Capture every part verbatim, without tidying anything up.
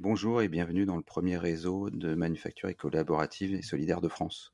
Bonjour et bienvenue dans le premier réseau de manufacturiers collaboratives et solidaires de France.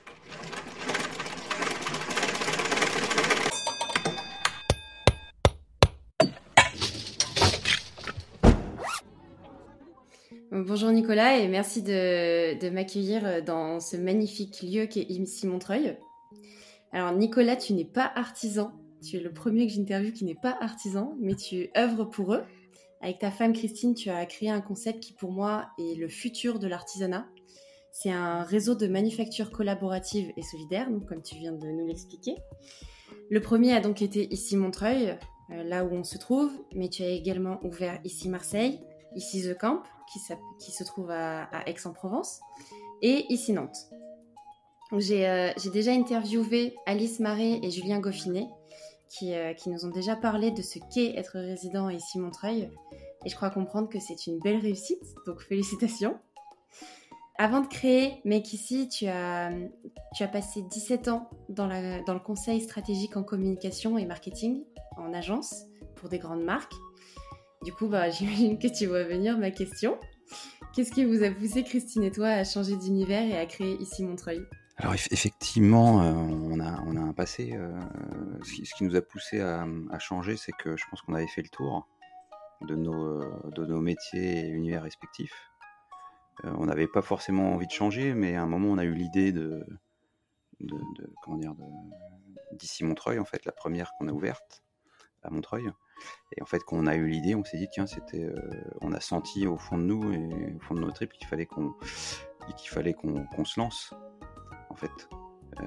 Bonjour Nicolas et merci de, de m'accueillir dans ce magnifique lieu qui est ici Montreuil. Alors Nicolas, tu n'es pas artisan, tu es le premier que j'interviewe qui n'est pas artisan, mais tu œuvres pour eux. Avec ta femme Christine, tu as créé un concept qui pour moi est le futur de l'artisanat. C'est un réseau de manufactures collaboratives et solidaires, donc comme tu viens de nous l'expliquer. Le premier a donc été ici Montreuil, euh, là où on se trouve, mais tu as également ouvert ici Marseille, ici The Camp, qui, qui se trouve à, à Aix-en-Provence, et ici Nantes. Donc, j'ai, euh, j'ai déjà interviewé Alice Marais et Julien Goffinet, qui, euh, qui nous ont déjà parlé de ce qu'est être résident ici Montreuil, et je crois comprendre que c'est une belle réussite, donc félicitations. Avant de créer Make Ici, tu as, tu as passé dix-sept ans dans, la, dans le conseil stratégique en communication et marketing, en agence, pour des grandes marques. Du coup, bah, j'imagine que tu vois venir ma question. Qu'est-ce qui vous a poussé, Christine et toi, à changer d'univers et à créer ici Montreuil ? Alors effectivement, euh, on, a, on a un passé. Euh, ce, qui, ce qui nous a poussé à, à changer, c'est que je pense qu'on avait fait le tour de nos, de nos métiers et univers respectifs. Euh, on n'avait pas forcément envie de changer, mais à un moment, on a eu l'idée de, de, de comment dire, de, d'ici Montreuil, en fait, la première qu'on a ouverte à Montreuil. Et en fait, quand on a eu l'idée, on s'est dit, tiens, c'était, euh, on a senti au fond de nous et au fond de nos tripes qu'il fallait qu'on, qu'il fallait qu'on, qu'on se lance. En fait, euh,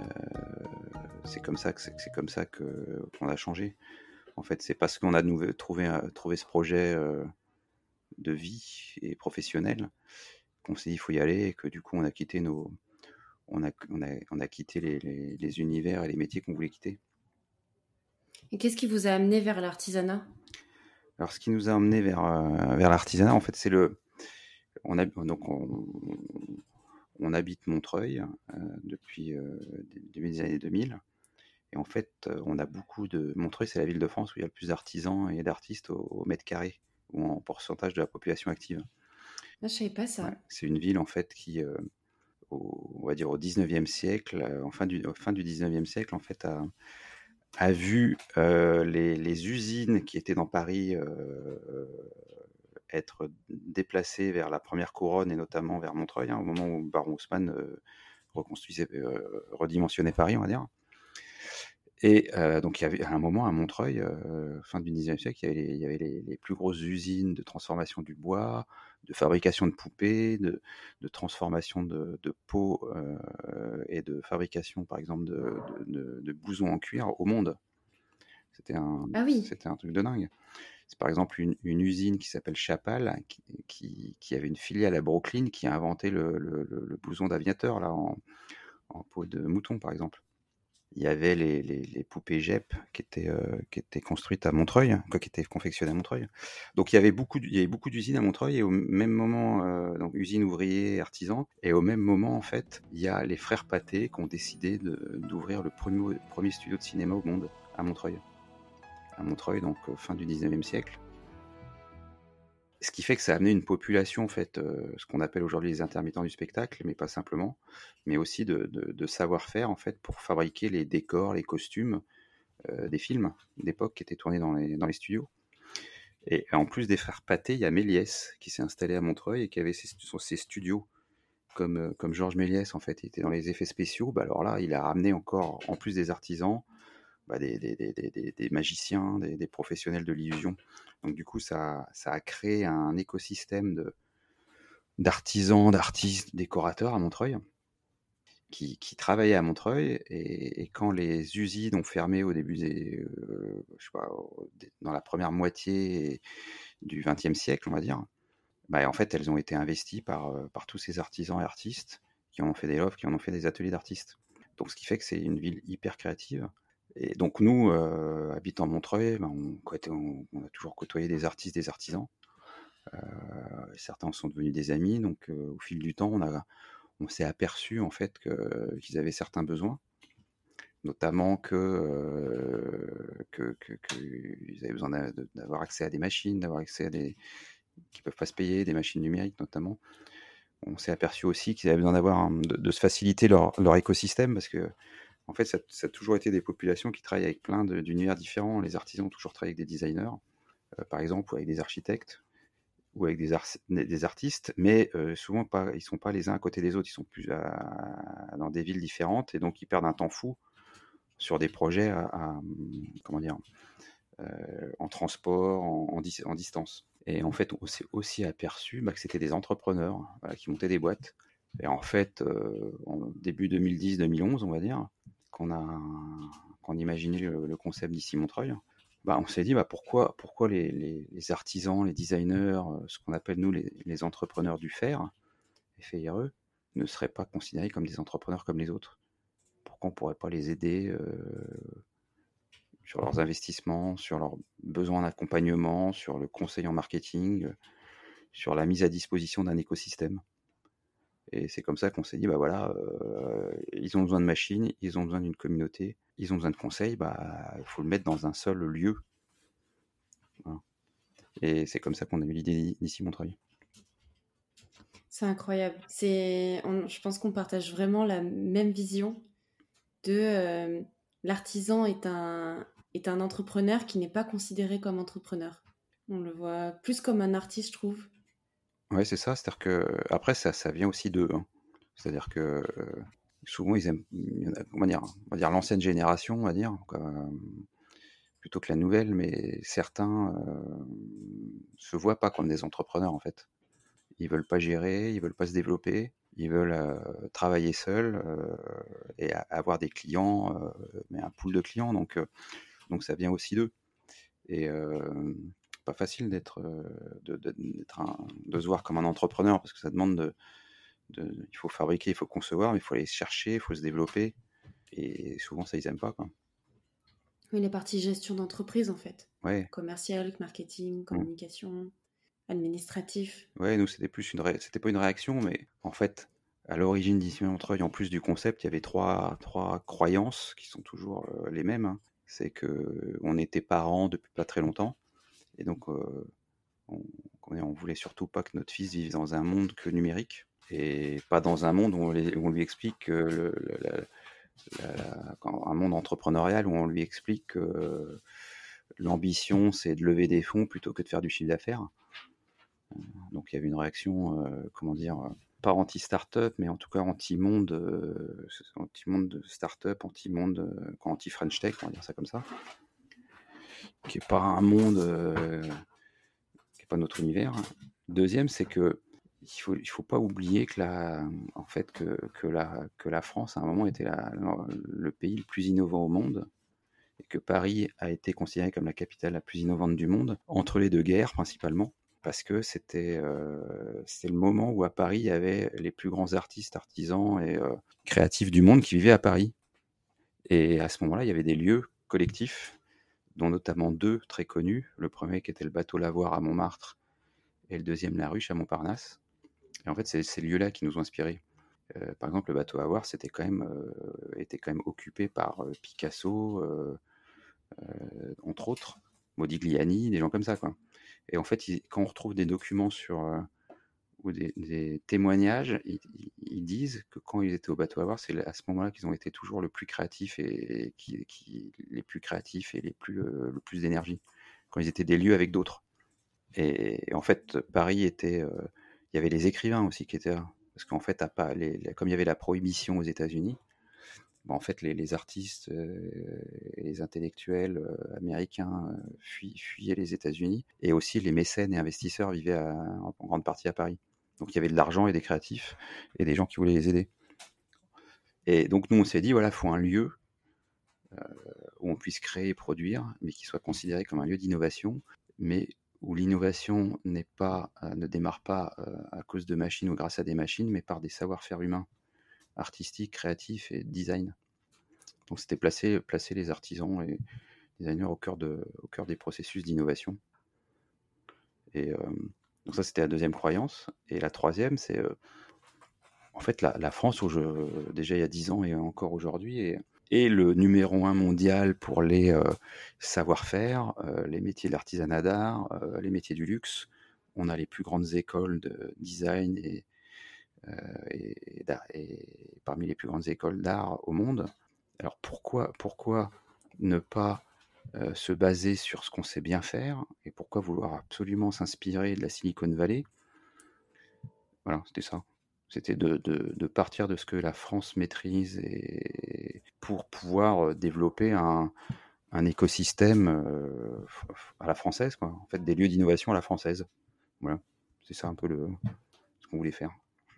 c'est comme ça que c'est, c'est comme ça que qu'on a changé. En fait, c'est parce qu'on a nouveau, trouvé trouvé ce projet euh, de vie et professionnel qu'on s'est dit il faut y aller et que du coup on a quitté nos, on a on a on a quitté les, les, les univers et les métiers qu'on voulait quitter. Et qu'est-ce qui vous a amené vers l'artisanat ? Alors, ce qui nous a amené vers euh, vers l'artisanat, en fait, c'est le, on a donc on, on habite Montreuil euh, depuis euh, début des années deux mille. Et en fait, euh, on a beaucoup de... Montreuil, c'est la ville de France où il y a le plus d'artisans et d'artistes au, au mètre carré, ou en pourcentage de la population active. Ah, je savais pas ça. Ouais, c'est une ville, en fait, qui, euh, au, on va dire au dix-neuvième siècle, euh, en fin du, fin du dix-neuvième siècle, en fait, a, a vu euh, les, les usines qui étaient dans Paris euh, être déplacées vers la première couronne, et notamment vers Montreuil, hein, au moment où Baron Haussmann euh, reconstruisait, euh, redimensionnait Paris, on va dire. Et euh, donc, il y avait à un moment à Montreuil, euh, fin du dix-neuvième siècle, il y avait, les, il y avait les, les plus grosses usines de transformation du bois, de fabrication de poupées, de, de transformation de, de peaux euh, et de fabrication, par exemple, de, de, de, de blousons en cuir au monde. C'était un, ah oui. c'était un truc de dingue. C'est par exemple une, une usine qui s'appelle Chapal, qui, qui, qui avait une filiale à Brooklyn, qui a inventé le, le, le, le blouson d'aviateur là, en, en peau de mouton, par exemple. Il y avait les, les, les poupées G E P qui étaient, euh, qui étaient construites à Montreuil, quoi, qui étaient confectionnées à Montreuil. Donc il y avait beaucoup, il y avait beaucoup d'usines à Montreuil, et au même moment, euh, donc usines, ouvriers, artisans, et au même moment, en fait, il y a les frères Pathé qui ont décidé de, d'ouvrir le premier, premier studio de cinéma au monde à Montreuil. À Montreuil, donc euh, fin du dix-neuvième siècle. Ce qui fait que ça a amené une population, en fait, euh, ce qu'on appelle aujourd'hui les intermittents du spectacle, mais pas simplement, mais aussi de, de, de savoir-faire, en fait, pour fabriquer les décors, les costumes euh, des films d'époque qui étaient tournés dans les, dans les studios. Et en plus des frères Pathé, il y a Méliès qui s'est installé à Montreuil et qui avait ses, ses studios comme, euh, comme Georges Méliès, en fait. Il était dans les effets spéciaux. Bah alors là, il a ramené encore, en plus des artisans, bah des, des, des, des, des magiciens, des, des professionnels de l'illusion. Donc du coup, ça, ça a créé un écosystème de, d'artisans, d'artistes, décorateurs à Montreuil, qui, qui travaillaient à Montreuil. Et, et quand les usines ont fermé au début des, euh, je sais pas, dans la première moitié du vingtième siècle, on va dire, bah en fait, elles ont été investies par, par tous ces artisans et artistes qui en ont fait des lofts, qui en ont fait des ateliers d'artistes. Donc ce qui fait que c'est une ville hyper créative. Et donc nous, euh, habitant Montreuil, ben on, on, on a toujours côtoyé des artistes, des artisans. Euh, certains sont devenus des amis. Donc euh, au fil du temps, on, a, on s'est aperçu en fait que, qu'ils avaient certains besoins, notamment que, euh, que, que, que ils avaient besoin d'avoir accès à des machines, d'avoir accès à des, qui peuvent pas se payer, des machines numériques notamment. On s'est aperçu aussi qu'ils avaient besoin d'avoir un, de, de se faciliter leur, leur écosystème parce que en fait, ça, ça a toujours été des populations qui travaillent avec plein de, d'univers différents. Les artisans ont toujours travaillé avec des designers, euh, par exemple, ou avec des architectes, ou avec des, ar- des artistes, mais euh, souvent pas, ils sont pas les uns à côté des autres. Ils sont plus à, dans des villes différentes et donc ils perdent un temps fou sur des projets à, à comment dire, euh, en transport, en, en, dis- en distance. Et en fait, on s'est aussi aperçu bah, que c'était des entrepreneurs voilà, qui montaient des boîtes. Et en fait, euh, en début deux mille dix deux mille onze, on va dire, qu'on a qu'on imaginé le, le concept d'ici Montreuil, bah, on s'est dit bah, pourquoi, pourquoi les, les, les artisans, les designers, ce qu'on appelle nous les, les entrepreneurs du fer, F I R E, ne seraient pas considérés comme des entrepreneurs comme les autres. Pourquoi on ne pourrait pas les aider euh, sur leurs investissements, sur leurs besoins d'accompagnement, sur le conseil en marketing, sur la mise à disposition d'un écosystème. Et c'est comme ça qu'on s'est dit, bah voilà, euh, ils ont besoin de machines, ils ont besoin d'une communauté, ils ont besoin de conseils, bah il faut le mettre dans un seul lieu. Voilà. Et c'est comme ça qu'on a eu l'idée d'ici Montreuil. C'est incroyable. C'est, on- je pense qu'on partage vraiment la même vision de euh, l'artisan est un, est un entrepreneur qui n'est pas considéré comme entrepreneur. On le voit plus comme un artiste, je trouve. Ouais, c'est ça. C'est-à-dire que après, ça, ça vient aussi d'eux. Hein. C'est-à-dire que euh, souvent, ils aiment, on va dire, on va dire l'ancienne génération, on va dire, euh, plutôt que la nouvelle, mais certains euh, se voient pas comme des entrepreneurs en fait. Ils veulent pas gérer, ils veulent pas se développer, ils veulent euh, travailler seuls euh, et a- avoir des clients, euh, mais un pool de clients. Donc, euh, donc ça vient aussi d'eux. Et euh, pas facile d'être, euh, de, de, d'être un, de se voir comme un entrepreneur parce que ça demande de, de, il faut fabriquer, il faut concevoir, mais il faut aller se chercher, il faut se développer. Et souvent, ça, ils aiment pas, quoi. Oui, les parties gestion d'entreprise, en fait. Ouais. Commercial, marketing, Mm. communication, administratif. Ouais, nous, c'était plus une ré... c'était pas une réaction, mais en fait, à l'origine d'Ici Montreuil, en plus du concept, il y avait trois, trois croyances qui sont toujours euh, les mêmes. Hein. C'est que on était parents depuis pas très longtemps, et donc euh, on, on voulait surtout pas que notre fils vive dans un monde que numérique, et pas dans un monde où on, les, où on lui explique que le, le, la, la, la, un monde entrepreneurial où on lui explique que euh, l'ambition c'est de lever des fonds plutôt que de faire du chiffre d'affaires. Donc il y avait une réaction, euh, comment dire, pas anti-startup, mais en tout cas anti-monde, euh, anti-monde de startup, anti-monde, euh, anti-French Tech, on va dire ça comme ça, qui est pas un monde, euh, qui est pas notre univers. Deuxième, c'est que il faut, il faut pas oublier que la, en fait, que, que la, que la France à un moment était la, le pays le plus innovant au monde et que Paris a été considéré comme la capitale la plus innovante du monde entre les deux guerres principalement. Parce que c'était euh, le moment où à Paris, il y avait les plus grands artistes, artisans et euh, créatifs du monde qui vivaient à Paris. Et à ce moment-là, il y avait des lieux collectifs, dont notamment deux très connus. Le premier qui était le bateau Lavoir à Montmartre et le deuxième la Ruche à Montparnasse. Et en fait, c'est ces lieux-là qui nous ont inspirés. Euh, par exemple, le bateau Lavoir c'était quand même, euh, était quand même occupé par euh, Picasso, euh, euh, entre autres, Modigliani, des gens comme ça, quoi. Et en fait, il, quand on retrouve des documents sur euh, ou des, des témoignages, ils, ils, disent que quand ils étaient au bateau à voir, c'est à ce moment-là qu'ils ont été toujours le plus créatifs et, et qui, qui, les plus créatifs et les plus, euh, le plus d'énergie. Quand ils étaient des lieux avec d'autres. Et, et en fait, Paris était, euh, il y avait les écrivains aussi qui étaient là, parce qu'en fait, à pas, les, les, comme il y avait la prohibition aux États-Unis, ben en fait, les, les artistes euh, et les intellectuels euh, américains euh, fuy, fuyaient les États-Unis, et aussi les mécènes et investisseurs vivaient à, en, en grande partie à Paris. Donc il y avait de l'argent et des créatifs et des gens qui voulaient les aider. Et donc nous on s'est dit voilà, il faut un lieu euh, où on puisse créer et produire, mais qui soit considéré comme un lieu d'innovation, mais où l'innovation n'est pas, euh, ne démarre pas euh, à cause de machines ou grâce à des machines, mais par des savoir-faire humains, artistiques, créatifs et design. Donc c'était placer, placer les artisans et les designers au cœur, de, au cœur des processus d'innovation. Et euh, donc ça c'était la deuxième croyance. Et la troisième, c'est euh, en fait la, la France, où je, déjà il y a dix ans et encore aujourd'hui, est, est le numéro un mondial pour les euh, savoir-faire, euh, les métiers de l'artisanat d'art, euh, les métiers du luxe, on a les plus grandes écoles de design et, euh, et, et, et parmi les plus grandes écoles d'art au monde. Alors pourquoi, pourquoi ne pas euh, se baser sur ce qu'on sait bien faire et pourquoi vouloir absolument s'inspirer de la Silicon Valley? Voilà, c'était ça. C'était de, de, de partir de ce que la France maîtrise et pour pouvoir développer un, un écosystème euh, à la française, quoi. En fait, des lieux d'innovation à la française. Voilà, c'est ça un peu le, ce qu'on voulait faire.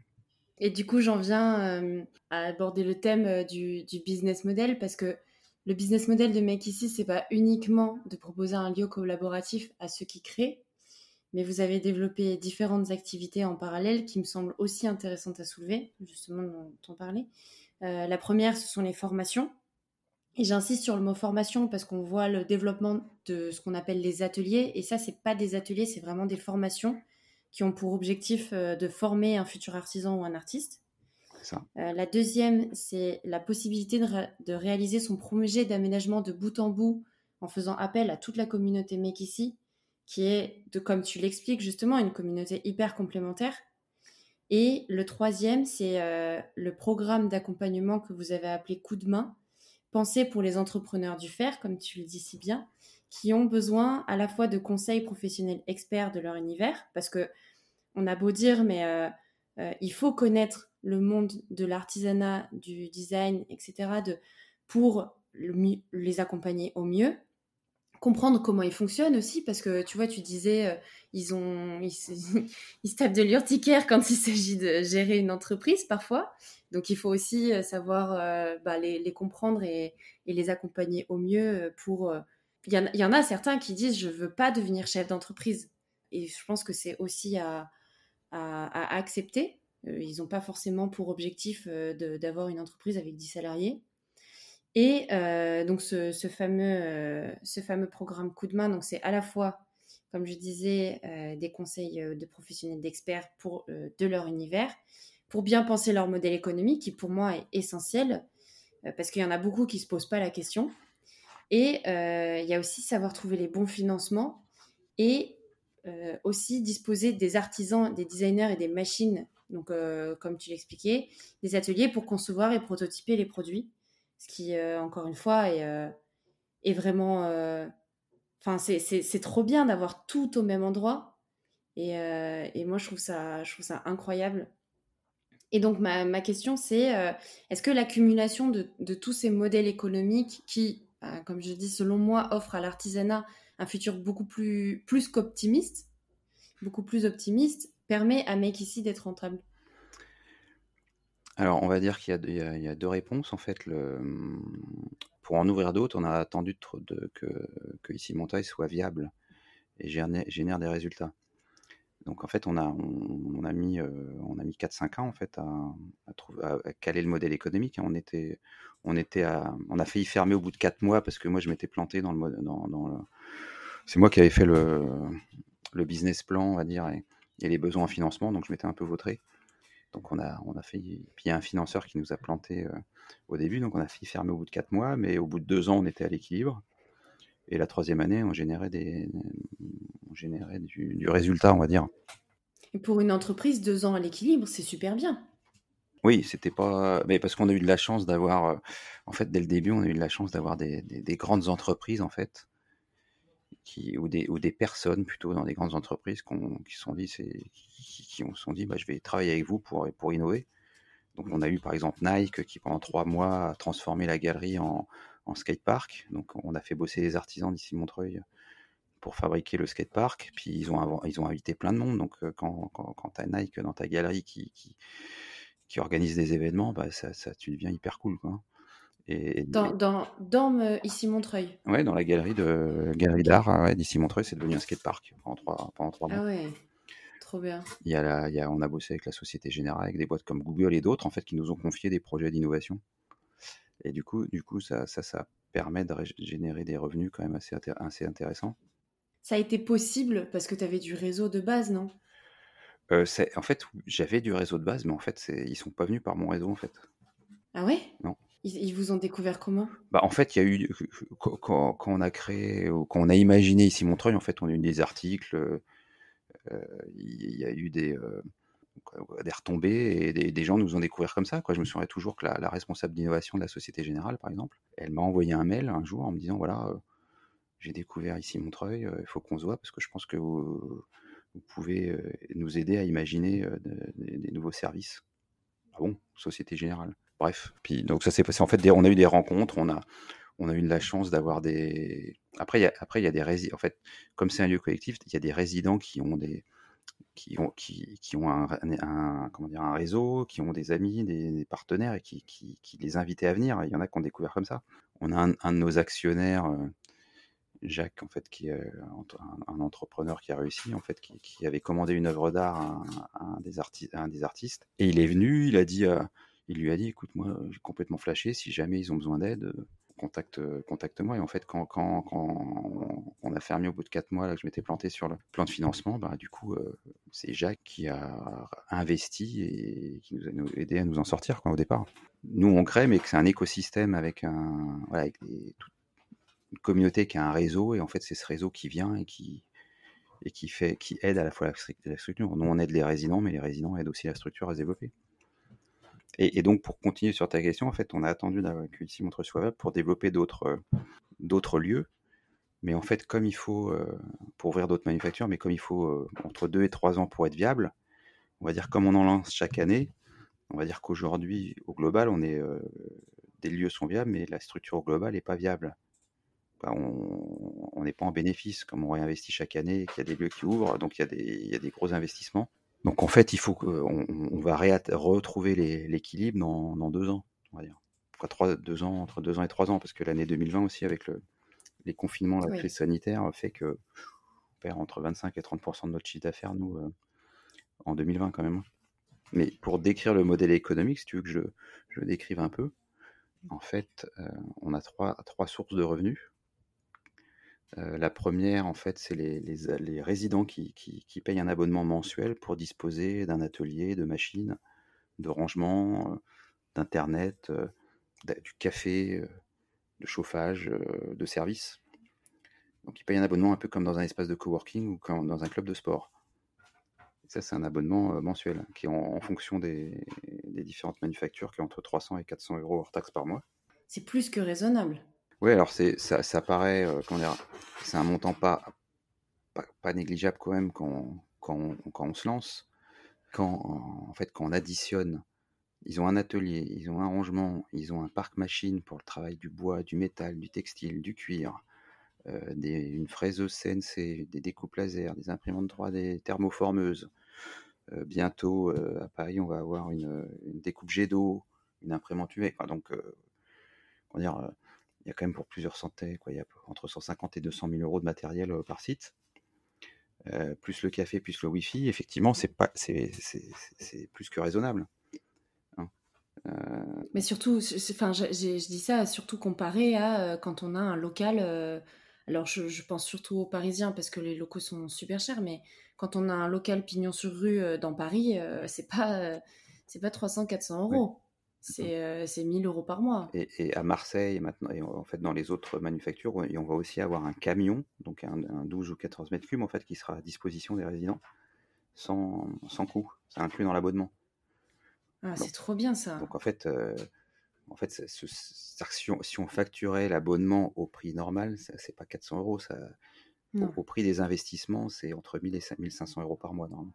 Et du coup, j'en viens euh, à aborder le thème euh, du, du business model, parce que le business model de Make Ici, c'est pas uniquement de proposer un lieu collaboratif à ceux qui créent, mais vous avez développé différentes activités en parallèle qui me semblent aussi intéressantes à soulever, justement dont on parlait. Euh, la première, ce sont les formations. Et j'insiste sur le mot formation parce qu'on voit le développement de ce qu'on appelle les ateliers. Et ça, c'est pas des ateliers, c'est vraiment des formations qui ont pour objectif euh, de former un futur artisan ou un artiste. C'est ça. Euh, la deuxième, c'est la possibilité de, ré- de réaliser son projet d'aménagement de bout en bout en faisant appel à toute la communauté Make Ici, qui est, de, comme tu l'expliques justement, une communauté hyper complémentaire. Et le troisième, c'est euh, le programme d'accompagnement que vous avez appelé Coup de main, pensé pour les entrepreneurs du fer, comme tu le dis si bien, qui ont besoin à la fois de conseils professionnels experts de leur univers, parce que on a beau dire, mais euh, euh, il faut connaître le monde de l'artisanat, du design, et cetera, de, pour le, les accompagner au mieux. Comprendre comment ils fonctionnent aussi, parce que tu vois, tu disais, euh, ils, ont, ils, se, ils se tapent de l'urticaire quand il s'agit de gérer une entreprise parfois. Donc il faut aussi euh, savoir euh, bah, les, les comprendre et, et les accompagner au mieux pour... euh, Il y, en, il y en a certains qui disent, je veux pas devenir chef d'entreprise. Et je pense que c'est aussi à, à, à accepter. Euh, ils n'ont pas forcément pour objectif euh, de, d'avoir une entreprise avec dix salariés. Et euh, donc ce, ce, fameux, euh, ce fameux programme Coup de main, donc c'est à la fois, comme je disais, euh, des conseils de professionnels, d'experts pour, euh, de leur univers, pour bien penser leur modèle économique, qui pour moi est essentiel, euh, parce qu'il y en a beaucoup qui ne se posent pas la question. Et euh, il y a aussi savoir trouver les bons financements et euh, aussi disposer des artisans, des designers et des machines, donc euh, comme tu l'expliquais, des ateliers pour concevoir et prototyper les produits. Ce qui, euh, encore une fois, est, euh, est vraiment... Enfin, euh, c'est, c'est, c'est trop bien d'avoir tout au même endroit. Et, euh, et moi, je trouve, ça, je trouve ça incroyable. Et donc, ma, ma question, c'est euh, est-ce que l'accumulation de, de tous ces modèles économiques qui, euh, comme je dis, selon moi, offrent à l'artisanat un futur beaucoup plus, plus qu'optimiste, beaucoup plus optimiste, permet à Make Ici d'être rentable? Alors, on va dire qu'il y a, il y a, il y a deux réponses. En fait, le, pour en ouvrir d'autres, on a attendu de, de, que, que Ici Montreuil soit viable et génère, génère des résultats. Donc, en fait, on a, on, on a mis, euh, on a mis quatre cinq ans en fait, à, à, trouver, à, à caler le modèle économique. On, était, on, était à, on a failli fermer au bout de quatre mois parce que moi, je m'étais planté dans le... Dans, dans le c'est moi qui avais fait le, le business plan, on va dire, et, et les besoins en financement, donc je m'étais un peu vautré. Donc on a, on a fait, puis il y a un financeur qui nous a planté euh, au début, donc on a fait fermer au bout de quatre mois, mais au bout de deux ans, on était à l'équilibre. Et la troisième année, on générait, des, on générait du, du résultat, on va dire. Et pour une entreprise, deux ans à l'équilibre, c'est super bien. Oui, c'était pas, mais parce qu'on a eu de la chance d'avoir, euh, en fait, dès le début, on a eu de la chance d'avoir des, des, des grandes entreprises, en fait, qui, ou, des, ou des personnes plutôt dans des grandes entreprises qui se sont dit, c'est, qui, qui ont, sont dit, bah, je vais travailler avec vous pour, pour innover. Donc on a eu par exemple Nike qui pendant trois mois a transformé la galerie en, en skatepark. Donc on a fait bosser les artisans d'Ici Montreuil pour fabriquer le skatepark. Puis ils ont, ils ont invité plein de monde. Donc quand, quand, quand tu as Nike dans ta galerie qui, qui, qui organise des événements, bah, ça, ça, tu deviens hyper cool, quoi. Et, Dans, dans, dans euh, Ici Montreuil. ouais, dans la galerie de galerie Ok. d'art ouais, d'Ici Montreuil, c'est devenu un skatepark pendant trois, pendant trois mois. Ah ouais, trop bien. Il y a la, il y a, on a bossé avec la Société Générale, avec des boîtes comme Google et d'autres en fait qui nous ont confié des projets d'innovation. Et du coup, du coup ça, ça, ça permet de ré- générer des revenus quand même assez, intér- assez intéressants. Ça a été possible parce que tu avais du réseau de base, non? Euh, c'est, en fait, j'avais du réseau de base, mais en fait, c'est, ils sont pas venus par mon réseau, en fait. Ah ouais? Non. Ils, ils vous ont découvert comment? Bah, en fait, il y a eu, quand, quand on a créé, ou quand on a imaginé Ici Montreuil, en fait, on a eu des articles, euh, il y a eu des, euh, des retombées et des, des gens nous ont découvert comme ça, quoi. Je me souviens toujours que la, la responsable d'innovation de la Société Générale, par exemple, elle m'a envoyé un mail un jour en me disant voilà, euh, j'ai découvert ici Montreuil, il euh, faut qu'on se voit parce que je pense que vous, vous pouvez euh, nous aider à imaginer euh, de, de, des nouveaux services. Ah bon, Société Générale. Bref, puis donc ça s'est passé. En fait, des, on a eu des rencontres, on a, on a eu de la chance d'avoir des. Après, il y a, après, il y a des résidents. En fait, comme c'est un lieu collectif, il y a des résidents qui ont des, qui ont, qui, qui ont un, un, comment dire, un réseau, qui ont des amis, des, des partenaires et qui, qui, qui les invitaient à venir. Il y en a qui ont découvert comme ça. On a un, un de nos actionnaires. Euh, Jacques, en fait, qui est un, un entrepreneur qui a réussi, en fait, qui, qui avait commandé une œuvre d'art à, à, un des arti- à un des artistes. Et il est venu, il a dit, euh, il lui a dit, écoute, moi, j'ai complètement flashé. Si jamais ils ont besoin d'aide, contacte, contacte-moi. Et en fait, quand, quand, quand on a fermé au bout de quatre mois, là, que je m'étais planté sur le plan de financement, bah, du coup, euh, c'est Jacques qui a investi et qui nous a aidé à nous en sortir, quoi, au départ. Nous, on crée, mais que c'est un écosystème avec un, voilà, avec des, tout, une communauté qui a un réseau, et en fait c'est ce réseau qui vient et qui, et qui, fait, qui aide à la fois la, la structure. Nous on aide les résidents, mais les résidents aident aussi la structure à se développer. Et, et donc pour continuer sur ta question, en fait on a attendu que ici Montreuil soit viable pour développer d'autres, euh, d'autres lieux, mais en fait comme il faut, euh, pour ouvrir d'autres manufactures, mais comme il faut euh, entre deux et trois ans pour être viable, on va dire comme on en lance chaque année, on va dire qu'aujourd'hui au global on est, euh, des lieux sont viables, mais la structure au global n'est pas viable. On n'est pas en bénéfice, comme on réinvestit chaque année et qu'il y a des lieux qui ouvrent, donc il y a des, il y a des gros investissements. Donc en fait, il faut qu'on on va réat- retrouver les, l'équilibre dans, dans deux ans, on va dire. Quoi, trois, deux ans, entre deux ans et trois ans, parce que l'année deux mille vingt aussi, avec le, les confinements, la Oui. crise sanitaire, fait que on perd entre vingt-cinq et trente pour cent de notre chiffre d'affaires, nous, euh, en deux mille vingt quand même. Mais pour décrire le modèle économique, si tu veux que je, je le décrive un peu, en fait, euh, on a trois, trois sources de revenus. Euh, la première, en fait, c'est les, les, les résidents qui, qui, qui payent un abonnement mensuel pour disposer d'un atelier, de machines, de rangement, euh, d'internet, euh, du café, euh, de chauffage, euh, de services. Donc ils payent un abonnement un peu comme dans un espace de coworking ou comme dans un club de sport. Et ça, c'est un abonnement euh, mensuel qui est en, en fonction des, des différentes manufactures, qui est entre trois cents et quatre cents euros hors taxe par mois. C'est plus que raisonnable. Oui, alors c'est, ça, ça paraît, euh, comment dire, c'est un montant pas, pas, pas négligeable quand même quand, quand, on, quand on se lance. Quand, en fait, quand on additionne, ils ont un atelier, ils ont un rangement, ils ont un parc machine pour le travail du bois, du métal, du textile, du cuir, euh, des, une fraiseuse C N C, des découpes laser, des imprimantes trois D, thermoformeuses. Euh, bientôt, euh, à Paris, on va avoir une, une découpe jet d'eau, une imprimante U V. Enfin, donc, euh, on va dire, euh, il y a quand même pour plusieurs centaines, quoi, il y a entre cent cinquante et deux cent mille euros de matériel euh, par site. Euh, plus le café, plus le wifi, effectivement, c'est pas, c'est, c'est, c'est plus que raisonnable. Hein. Euh... Mais surtout, enfin, je, je, je dis ça surtout comparé à euh, quand on a un local. Euh, alors, je, je pense surtout aux Parisiens parce que les locaux sont super chers, mais quand on a un local pignon sur rue euh, dans Paris, euh, c'est pas, euh, c'est pas trois cents, quatre cents Oui. euros. C'est, euh, c'est mille euros par mois. Et, et à Marseille, maintenant, et en fait, dans les autres manufactures, on, on va aussi avoir un camion, donc un, un douze ou quatorze mètres cubes, en fait, qui sera à disposition des résidents sans, sans coût. C'est inclus dans l'abonnement. Ah, donc, c'est trop bien ça. Donc en fait, euh, en fait ce, ce, si, on, si on facturait l'abonnement au prix normal, ça, c'est pas quatre cents euros. Ça, au, au prix des investissements, c'est entre mille et mille cinq cents euros par mois normalement.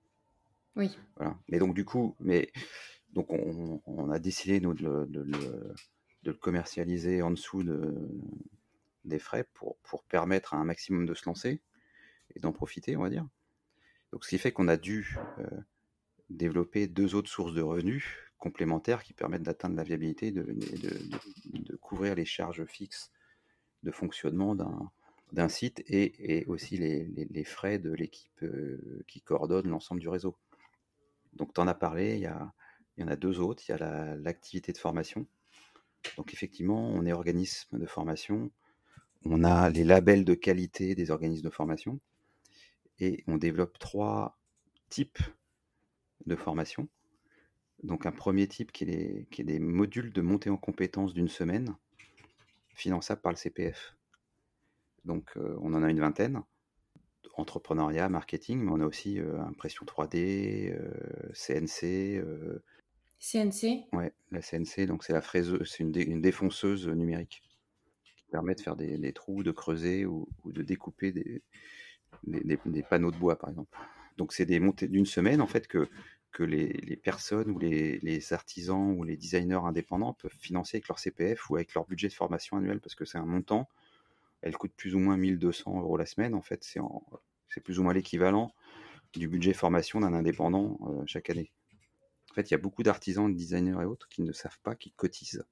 Oui. Voilà. Mais donc du coup, mais donc on, on a décidé nous de le, de, le, de le commercialiser en dessous de, des frais pour, pour permettre à un maximum de se lancer et d'en profiter, on va dire. Donc ce qui fait qu'on a dû euh, développer deux autres sources de revenus complémentaires qui permettent d'atteindre la viabilité, de, de, de, de couvrir les charges fixes de fonctionnement d'un, d'un site et, et aussi les, les, les frais de l'équipe euh, qui coordonne l'ensemble du réseau. Donc tu en as parlé, il y, a, il y en a deux autres. Il y a la, l'activité de formation. Donc effectivement, on est organisme de formation, on a les labels de qualité des organismes de formation et on développe trois types de formation. Donc un premier type qui est, les, qui est des modules de montée en compétences d'une semaine, finançables par le C P F. Donc euh, on en a une vingtaine. entrepreneuriat, marketing, mais on a aussi euh, impression trois D, euh, C N C. Euh, C N C? ouais, la C N C, donc c'est la fraiseuse, c'est une, dé- une défonceuse numérique qui permet de faire des, des trous, de creuser ou, ou de découper des, des, des- des panneaux de bois, par exemple. Donc c'est des montées d'une semaine en fait que que les, les personnes ou les, les artisans ou les designers indépendants peuvent financer avec leur C P F ou avec leur budget de formation annuel, parce que c'est un montant. Elle coûte plus ou moins mille deux cents euros la semaine. En fait, c'est, en, c'est plus ou moins l'équivalent du budget formation d'un indépendant euh, chaque année. En fait, il y a beaucoup d'artisans, de designers et autres qui ne savent pas qu'ils cotisent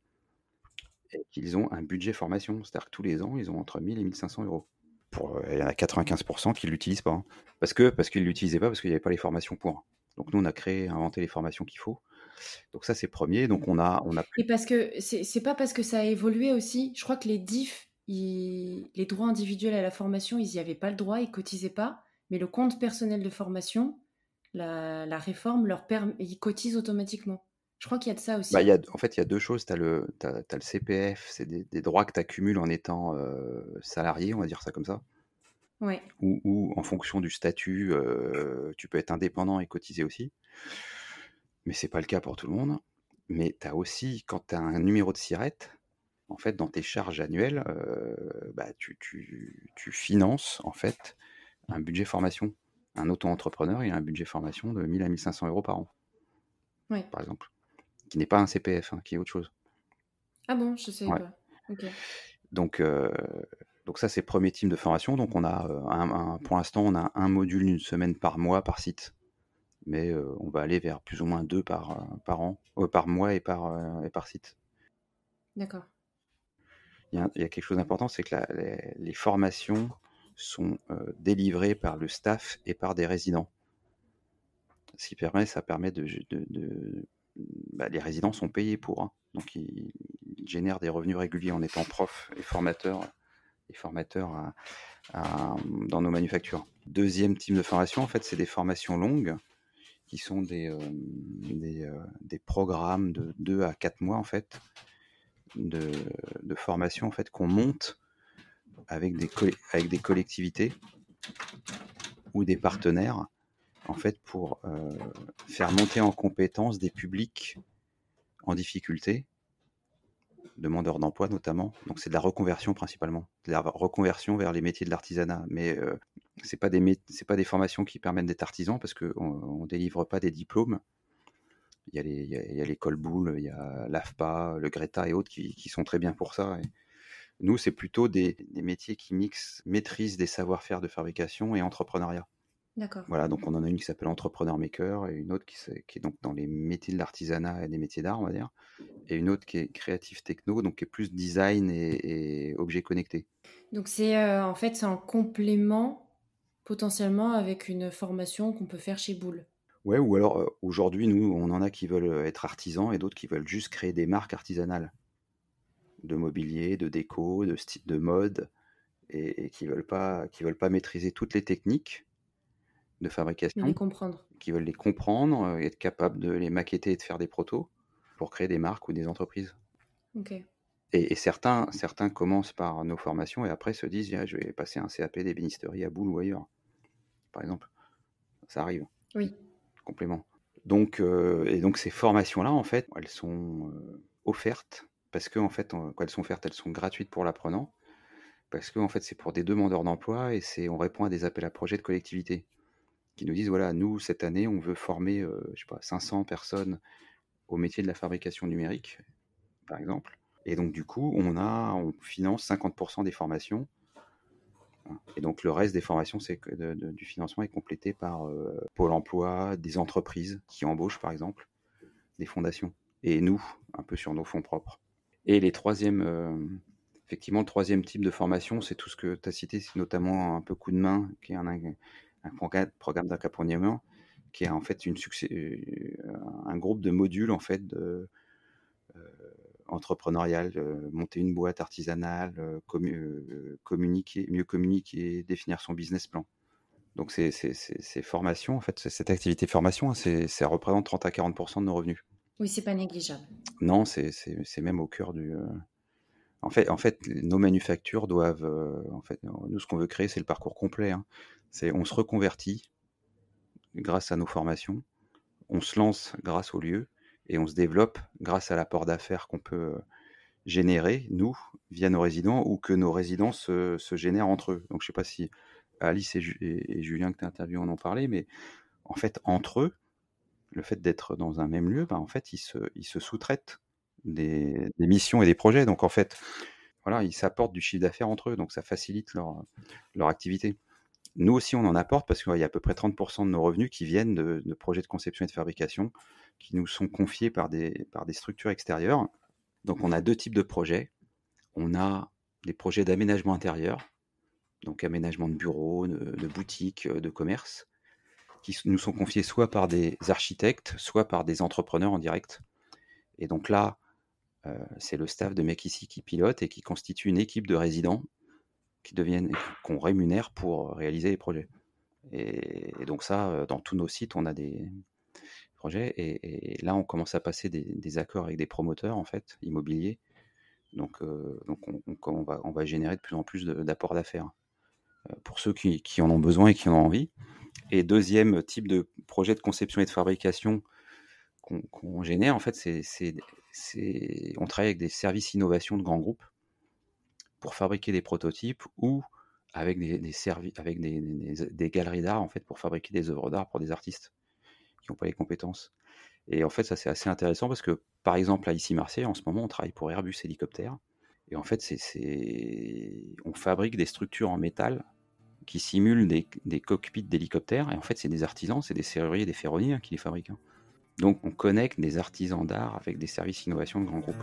et qu'ils ont un budget formation. C'est-à-dire que tous les ans, ils ont entre mille et mille cinq cents euros. Pour, euh, il y en a quatre-vingt-quinze pour cent qui ne l'utilisent pas. Hein. Parce, que, parce qu'ils ne l'utilisaient pas, parce qu'il n'y avait pas les formations pour. Donc nous, on a créé, inventé les formations qu'il faut. Donc ça, c'est premier. Donc on a, on a plus... Et parce que c'est c'est pas parce que ça a évolué aussi. Je crois que les D I F, ils- les droits individuels à la formation, ils n'y avaient pas le droit, ils cotisaient pas. Mais le compte personnel de formation, la, la réforme leur permet, ils cotisent automatiquement. Je crois qu'il y a de ça Bah, aussi. il y a, en fait, il y a deux choses. Tu as le, t'as, t'as le C P F, c'est des, des droits que tu accumules en étant euh, salarié, on va dire ça comme ça. Ouais. Ou, ou en fonction du statut, euh, tu peux être indépendant et cotiser aussi. Mais c'est pas le cas pour tout le monde. Mais tu as aussi, quand tu as un numéro de SIRET, en fait, dans tes charges annuelles, euh, bah, tu, tu, tu finances en fait un budget formation. Un auto-entrepreneur, il a un budget formation de mille à mille cinq cents euros par an, Ouais. par exemple, qui n'est pas un C P F, hein, qui est autre chose. Ah bon, je savais Ouais. pas. Ok. Donc, euh, donc ça, c'est le premier type de formation. Donc, on a euh, un, un- pour l'instant, on a un module d'une semaine par mois, par site. Mais euh, on va aller vers plus ou moins deux par, euh, par an, euh, par mois et par, euh, et par site. D'accord. Il y a, il y a quelque chose d'important, c'est que la- les, les formations sont euh, délivrées par le staff et par des résidents. Ce qui permet, ça permet de, de, de- bah, les résidents sont payés pour, hein. Donc ils, ils génèrent des revenus réguliers en étant profs et formateurs, et formateurs à- à- dans nos manufactures. Deuxième type de formation, en fait, c'est des formations longues qui sont des, euh, des, euh, des programmes de deux à quatre mois en fait de, de formation en fait qu'on monte avec des, coll- avec des collectivités ou des partenaires en fait pour euh, faire monter en compétence des publics en difficulté, demandeurs d'emploi notamment. Donc c'est de la reconversion principalement, de la reconversion vers les métiers de l'artisanat. Mais euh, c'est pas des mé- c'est pas des formations qui permettent d'être artisan parce qu'on on délivre pas des diplômes. Il y a les, il y a, il y a l'école Boulle, il y a l'A F P A, le Greta et autres qui, qui sont très bien pour ça. Et nous, c'est plutôt des, des métiers qui mixent maîtrise des savoir-faire de fabrication et entrepreneuriat. D'accord. Voilà, donc on en a une qui s'appelle Entrepreneur Maker et une autre qui, qui est donc dans les métiers de l'artisanat et des métiers d'art, on va dire, et une autre qui est créative techno, donc qui est plus design et, et objets connectés. Donc c'est euh, en fait c'est en complément potentiellement avec une formation qu'on peut faire chez Boulle. Ouais, ou alors euh, aujourd'hui, nous, on en a qui veulent être artisans et d'autres qui veulent juste créer des marques artisanales de mobilier, de déco, de style, de mode, et, et qui veulent pas, qui veulent pas maîtriser toutes les techniques de Mais les fabrication, comprendre. qui veulent les comprendre, euh, être capables de les maqueter et de faire des protos pour créer des marques ou des entreprises. Ok. Et, et certains, certains commencent par nos formations et après se disent ah, je vais passer un C A P d'ébénisterie à Boulle ou ailleurs, par exemple. Ça arrive, Oui. complément. Donc, euh, et donc ces formations-là, en fait, elles sont euh, offertes parce que en fait, on, quand elles sont offertes, elles sont gratuites pour l'apprenant parce que en fait, c'est pour des demandeurs d'emploi et c'est on répond à des appels à projets de collectivités qui nous disent voilà, nous cette année, on veut former, euh, je sais pas, cinq cents personnes au métier de la fabrication numérique, par exemple. Et donc du coup, on a, on finance cinquante pour cent des formations. Et donc le reste des formations, c'est que de, de, du financement est complété par euh, Pôle Emploi, des entreprises qui embauchent par exemple, des fondations. Et nous, un peu sur nos fonds propres. Et les troisièmes, euh, effectivement, le troisième type de formation, c'est tout ce que tu as cité, c'est notamment un peu coup de main, qui est un, un programme d'accompagnement, qui est en fait une succès, un groupe de modules en fait de, euh, entrepreneurial, euh, monter une boîte artisanale, euh, commu- euh, communiquer, mieux communiquer, définir son business plan. Donc ces, ces, ces, ces formations, en fait, cette activité formation, c'est, ça représente trente à quarante pour cent de nos revenus. Oui, c'est pas négligeable. Non, c'est, c'est, c'est même au cœur du. Euh... En fait, en fait, nos manufactures doivent. Euh, en fait, nous, ce qu'on veut créer, c'est le parcours complet. Hein. C'est on se reconvertit grâce à nos formations, on se lance grâce au lieu et on se développe grâce à l'apport d'affaires qu'on peut générer, nous, via nos résidents, ou que nos résidents se, se génèrent entre eux. Donc je ne sais pas si Alice et, Ju- et- et Julien que tu as interviewé en ont parlé, mais en fait, entre eux, le fait d'être dans un même lieu, bah, en fait, ils se, ils se sous-traitent des, des missions et des projets. Donc en fait, voilà, ils s'apportent du chiffre d'affaires entre eux, donc ça facilite leur, leur activité. Nous aussi, on en apporte parce qu'il y a à peu près trente pour cent de nos revenus qui viennent de, de projets de conception et de fabrication qui nous sont confiés par des, par des structures extérieures. Donc on a deux types de projets. On a des projets d'aménagement intérieur, donc aménagement de bureaux, de, de boutiques, de commerces, qui nous sont confiés soit par des architectes, soit par des entrepreneurs en direct. Et donc là, euh, c'est le staff de Mekissi qui pilote et qui constitue une équipe de résidents qui deviennent, qu'on rémunère pour réaliser les projets. Et, et donc ça, dans tous nos sites, on a des projets. Et, et là, on commence à passer des, des accords avec des promoteurs en fait immobiliers. Donc, euh, donc on, on, on, va, on va générer de plus en plus d'apports d'affaires euh, pour ceux qui, qui en ont besoin et qui en ont envie. Et deuxième type de projet de conception et de fabrication qu'on qu'on génère, en fait, c'est, c'est, c'est, on travaille avec des services innovation de grands groupes pour fabriquer des prototypes ou avec des, des, servi- avec des, des, des galeries d'art en fait, pour fabriquer des œuvres d'art pour des artistes qui n'ont pas les compétences. Et en fait, ça c'est assez intéressant parce que, par exemple, à ici Marseille, en ce moment, on travaille pour Airbus Hélicoptère. Et en fait, c'est, c'est... on fabrique des structures en métal qui simulent des, des cockpits d'hélicoptères. Et en fait, c'est des artisans, c'est des serruriers, des ferronniers hein, qui les fabriquent. Hein. Donc, on connecte des artisans d'art avec des services innovation de grands groupes.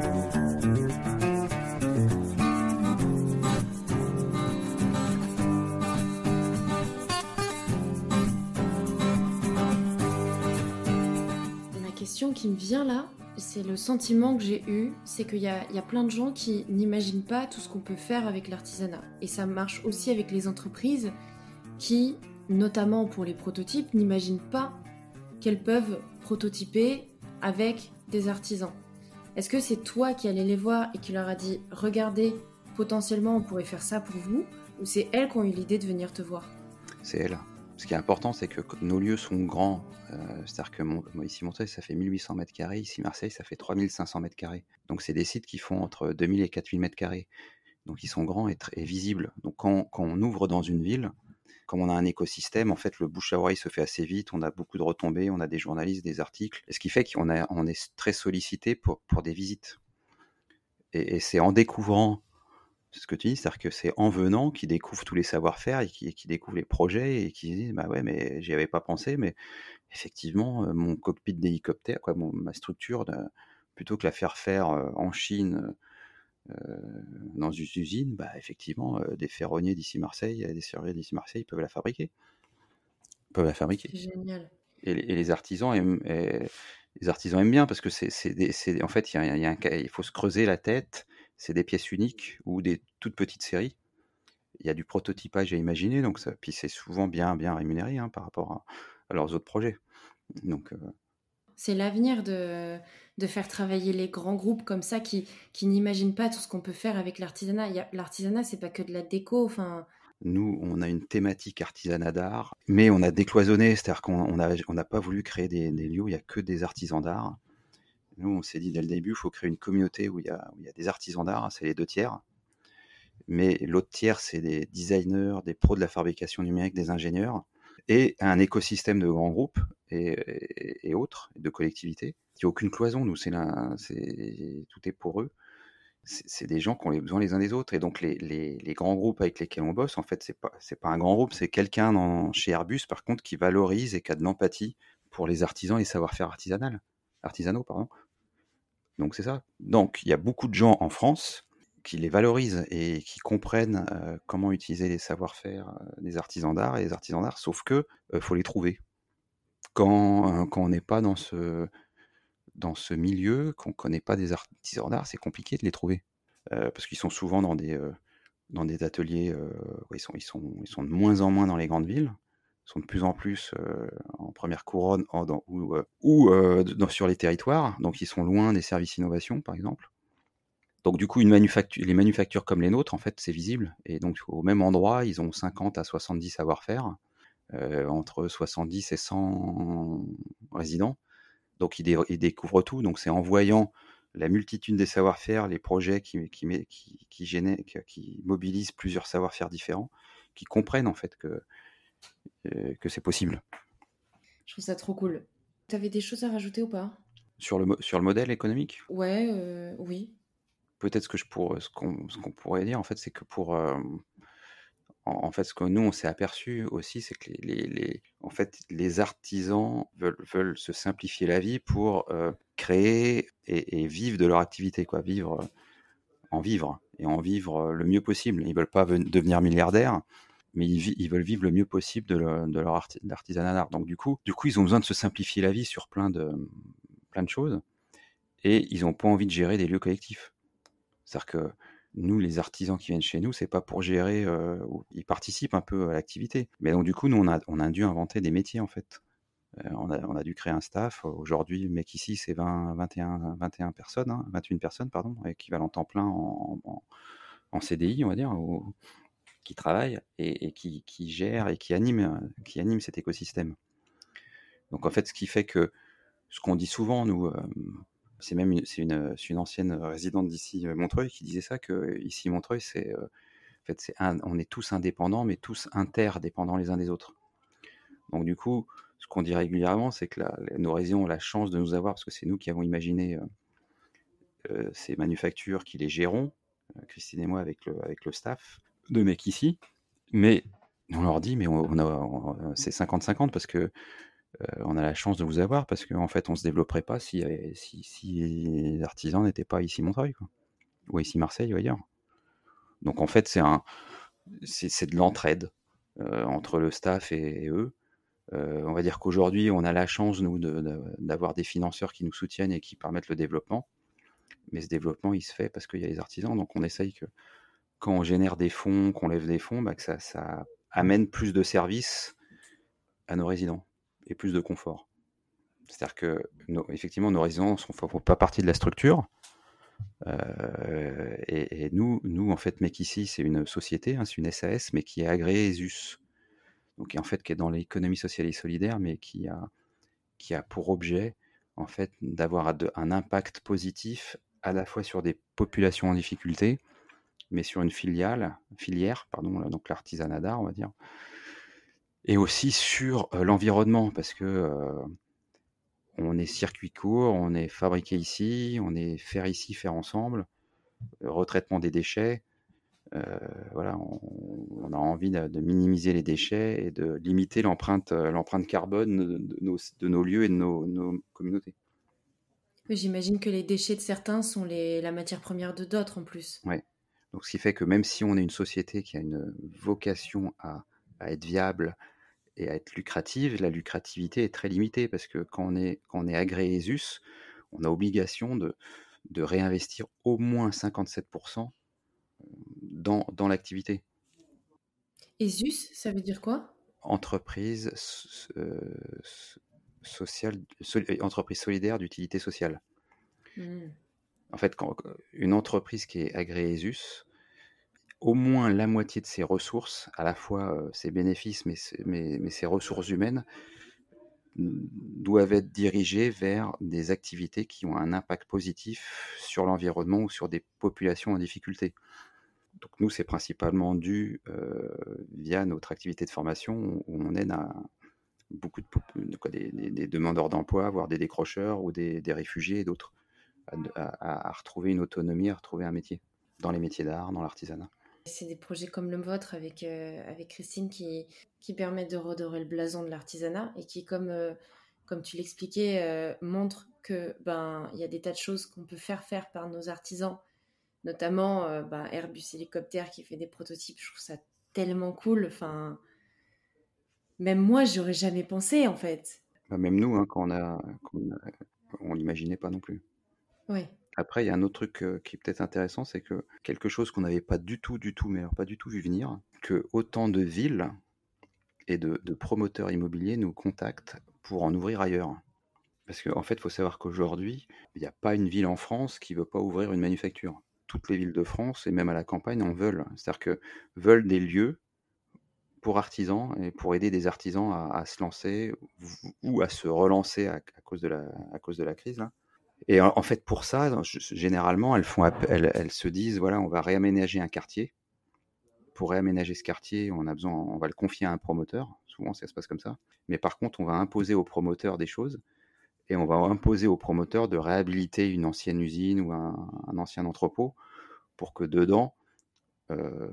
La question qui me vient là, c'est le sentiment que j'ai eu, c'est qu'il y a, il y a plein de gens qui n'imaginent pas tout ce qu'on peut faire avec l'artisanat. Et ça marche aussi avec les entreprises qui, notamment pour les prototypes, n'imaginent pas qu'elles peuvent prototyper avec des artisans. Est-ce que c'est toi qui allais les voir et qui leur a dit « Regardez, potentiellement on pourrait faire ça pour vous » ou c'est elles qui ont eu l'idée de venir te voir? C'est elles. Ce qui est important, c'est que nos lieux sont grands. Euh, c'est-à-dire que mon, ici Montreuil, ça fait mille huit cents mètres carrés. Ici Marseille, ça fait trois mille cinq cents mètres carrés. Donc c'est des sites qui font entre deux mille et quatre mille mètres carrés. Donc ils sont grands et, et visibles. Donc quand, quand on ouvre dans une ville, comme on a un écosystème, en fait, le bouche à oreille se fait assez vite. On a beaucoup de retombées, on a des journalistes, des articles. Ce qui fait qu'on a, on est très sollicité pour, pour des visites. Et, et c'est en découvrant ce que tu dis, c'est-à-dire que c'est en venant qu'ils découvrent tous les savoir-faire et qu'ils qui découvrent les projets et qu'ils disent bah ouais, mais j'y avais pas pensé, mais effectivement, euh, mon cockpit d'hélicoptère, quoi, mon, ma structure, de, plutôt que la faire faire euh, en Chine euh, dans une usine, bah effectivement, euh, des ferronniers d'ici Marseille, des serruriers d'ici Marseille peuvent la fabriquer, peuvent la fabriquer. C'est génial. Et, et les artisans aiment, et, les artisans aiment bien parce que c'est, c'est, des, c'est en fait, il y a, y a un, il faut se creuser la tête. C'est des pièces uniques ou des toutes petites séries. Il y a du prototypage à imaginer, donc ça, puis c'est souvent bien, bien rémunéré hein, par rapport à, à leurs autres projets. Donc, euh... C'est l'avenir de, de faire travailler les grands groupes comme ça qui, qui n'imaginent pas tout ce qu'on peut faire avec l'artisanat. Il y a, l'artisanat, c'est pas que de la déco. Enfin... Nous, on a une thématique artisanat d'art, mais on a décloisonné, c'est-à-dire qu'on n'a on n'a pas voulu créer des, des lieux où il n'y a que des artisans d'art. Nous, on s'est dit dès le début, il faut créer une communauté où il y a, où il y a des artisans d'art, c'est les deux tiers. Mais l'autre tiers, c'est des designers, des pros de la fabrication numérique, des ingénieurs, et un écosystème de grands groupes et, et, et autres, de collectivités. Il n'y a aucune cloison, nous, c'est là, c'est, tout est pour eux. C'est, c'est des gens qui ont les besoins les uns des autres. Et donc, les, les, les grands groupes avec lesquels on bosse, en fait, c'est pas, c'est pas un grand groupe, c'est quelqu'un dans, chez Airbus, par contre, qui valorise et qui a de l'empathie pour les artisans et les savoir-faire artisanal, artisanaux. Pardon. Donc, c'est ça. Donc, il y a beaucoup de gens en France qui les valorisent et qui comprennent euh, comment utiliser les savoir-faire euh, des artisans d'art et des artisans d'art, sauf que euh, faut les trouver. Quand, euh, quand on n'est pas dans ce, dans ce milieu, qu'on ne connaît pas des artisans d'art, c'est compliqué de les trouver. Euh, parce qu'ils sont souvent dans des, euh, dans des ateliers, euh, ils, sont, ils, sont, ils sont de moins en moins dans les grandes villes, ils sont de plus en plus euh, en première couronne en, dans, ou, euh, ou euh, dans, sur les territoires, donc ils sont loin des services innovation, par exemple. Donc du coup, une manufacture, les manufactures comme les nôtres, en fait, c'est visible. Et donc au même endroit, ils ont cinquante à soixante-dix savoir-faire, euh, entre soixante-dix et cent résidents. Donc ils, dé- ils découvrent tout. Donc c'est en voyant la multitude des savoir-faire, les projets qui, qui, met- qui, qui, génèrent- qui, qui mobilisent plusieurs savoir-faire différents, qui comprennent en fait que, euh, que c'est possible. Je trouve ça trop cool. T'avais des choses à rajouter ou pas? Sur le, mo- sur le modèle économique, Ouais, euh, oui. peut-être ce que je pourrais, ce qu'on, ce qu'on pourrait dire en fait, c'est que pour euh, en, en fait, ce que nous on s'est aperçu aussi, c'est que les, les, les- en fait, les artisans veulent, veulent se simplifier la vie pour euh, créer et, et vivre de leur activité, quoi, vivre, euh, en vivre et en vivre euh, le mieux possible. Ils veulent pas ven- devenir milliardaires, mais ils, vi- ils veulent vivre le mieux possible de, le- de leur arti- d'artisanat d'art. Donc du coup, du coup, ils ont besoin de se simplifier la vie sur plein de plein de choses et ils n'ont pas envie de gérer des lieux collectifs. C'est-à-dire que nous, les artisans qui viennent chez nous, c'est pas pour gérer, euh, ils participent un peu à l'activité. Mais donc du coup, nous, on a, on a dû inventer des métiers en fait. Euh, on, a, on a dû créer un staff. Aujourd'hui, le mec ici, c'est vingt, vingt et un, vingt et un personnes, hein, vingt et une personnes, pardon, équivalent temps plein en, en, en C D I, on va dire, ou, qui travaillent et, et qui, qui gèrent et qui animent, qui animent cet écosystème. Donc en fait, ce qui fait que ce qu'on dit souvent, nous, euh, c'est même une, c'est une, c'est une ancienne résidente d'ici euh, Montreuil qui disait ça, que ici Montreuil, c'est, euh, en fait, c'est un- on est tous indépendants, mais tous interdépendants les uns des autres. Donc du coup, ce qu'on dit régulièrement, c'est que la- nos résidents ont la chance de nous avoir, parce que c'est nous qui avons imaginé euh, euh, ces manufactures, qui les gérons, euh, Christine et moi avec le, avec le staff de mecs ici, mais on leur dit, mais on, on a, on- c'est cinquante cinquante parce que euh, on a la chance de vous avoir, parce qu'en fait, on se développerait pas si, si, si les artisans n'étaient pas ici Montreuil, quoi. Ou ici Marseille ou ailleurs. Donc en fait, c'est un, c'est, c'est de l'entraide euh, entre le staff et, et eux. Euh, on va dire qu'aujourd'hui, on a la chance, nous, de, de, d'avoir des financeurs qui nous soutiennent et qui permettent le développement. Mais ce développement, il se fait parce qu'il y a les artisans. Donc on essaye que quand on génère des fonds, qu'on lève des fonds, bah, que ça, ça amène plus de services à nos résidents et plus de confort. C'est-à-dire que, nos, effectivement, nos résidents ne font pas partie de la structure. Euh, et, et nous, nous, en fait, Mec ici, c'est une société, hein, c'est une S A S, mais qui est agréée ESUS. Donc, en fait, qui est dans l'économie sociale et solidaire, mais qui a, qui a pour objet, en fait, d'avoir un impact positif à la fois sur des populations en difficulté, mais sur une filiale, filière, pardon, donc l'artisanat d'art, on va dire, et aussi sur euh, l'environnement, parce que euh, on est circuit court, on est fabriqué ici, on est faire ici, faire ensemble, euh, retraitement des déchets. Euh, voilà, on, on a envie de, de minimiser les déchets et de limiter l'empreinte, euh, l'empreinte carbone de, de, nos, de nos lieux et de nos, nos communautés. Oui, j'imagine que les déchets de certains sont les, la matière première de d'autres en plus. Ouais. Donc, ce qui fait que même si on est une société qui a une vocation à, à être viable et à être lucrative, la lucrativité est très limitée parce que quand on est, quand on est agréé ESUS, on a obligation de, de réinvestir au moins cinquante-sept pour cent dans, dans l'activité. ESUS, ça veut dire quoi? Entreprise euh, sociale, sol, entreprise solidaire d'utilité sociale. Mmh. En fait, quand une entreprise qui est agréée ESUS, au moins la moitié de ses ressources, à la fois euh, ses bénéfices, mais, mais, mais ses ressources humaines, doivent être dirigées vers des activités qui ont un impact positif sur l'environnement ou sur des populations en difficulté. Donc nous, c'est principalement dû euh, via notre activité de formation où on aide à beaucoup de, de quoi, des, des, des demandeurs d'emploi, voire des décrocheurs ou des, des réfugiés et d'autres, à, à, à retrouver une autonomie, à retrouver un métier, dans les métiers d'art, dans l'artisanat. C'est des projets comme le vôtre avec, euh, avec Christine qui, qui permettent de redorer le blason de l'artisanat et qui, comme, euh, comme tu l'expliquais, euh, montrent que ben, y a des tas de choses qu'on peut faire faire par nos artisans, notamment euh, ben, Airbus Hélicoptère qui fait des prototypes. Je trouve ça tellement cool. Enfin, même moi, j'aurais jamais pensé en fait. Même nous, hein, quand on a, quand on, a, on l'imaginait pas non plus. Oui. Après, il y a un autre truc euh, qui est peut-être intéressant, c'est que quelque chose qu'on n'avait pas du tout, du tout, mais alors pas du tout vu venir, que autant de villes et de, de promoteurs immobiliers nous contactent pour en ouvrir ailleurs. Parce qu'en en fait, il faut savoir qu'aujourd'hui, il n'y a pas une ville en France qui ne veut pas ouvrir une manufacture. toutes les villes de France et même à la campagne en veulent. C'est-à-dire que veulent des lieux pour artisans et pour aider des artisans à, à se lancer ou, ou à se relancer à, à cause de la, à cause de la crise là. Et en, en fait, pour ça, je, généralement, elles, font, elles, elles se disent, voilà, on va réaménager un quartier. Pour réaménager ce quartier, on a besoin, on va le confier à un promoteur. Souvent, ça se passe comme ça. Mais par contre, on va imposer au promoteur des choses et on va imposer au promoteur de réhabiliter une ancienne usine ou un, un ancien entrepôt pour que dedans, euh,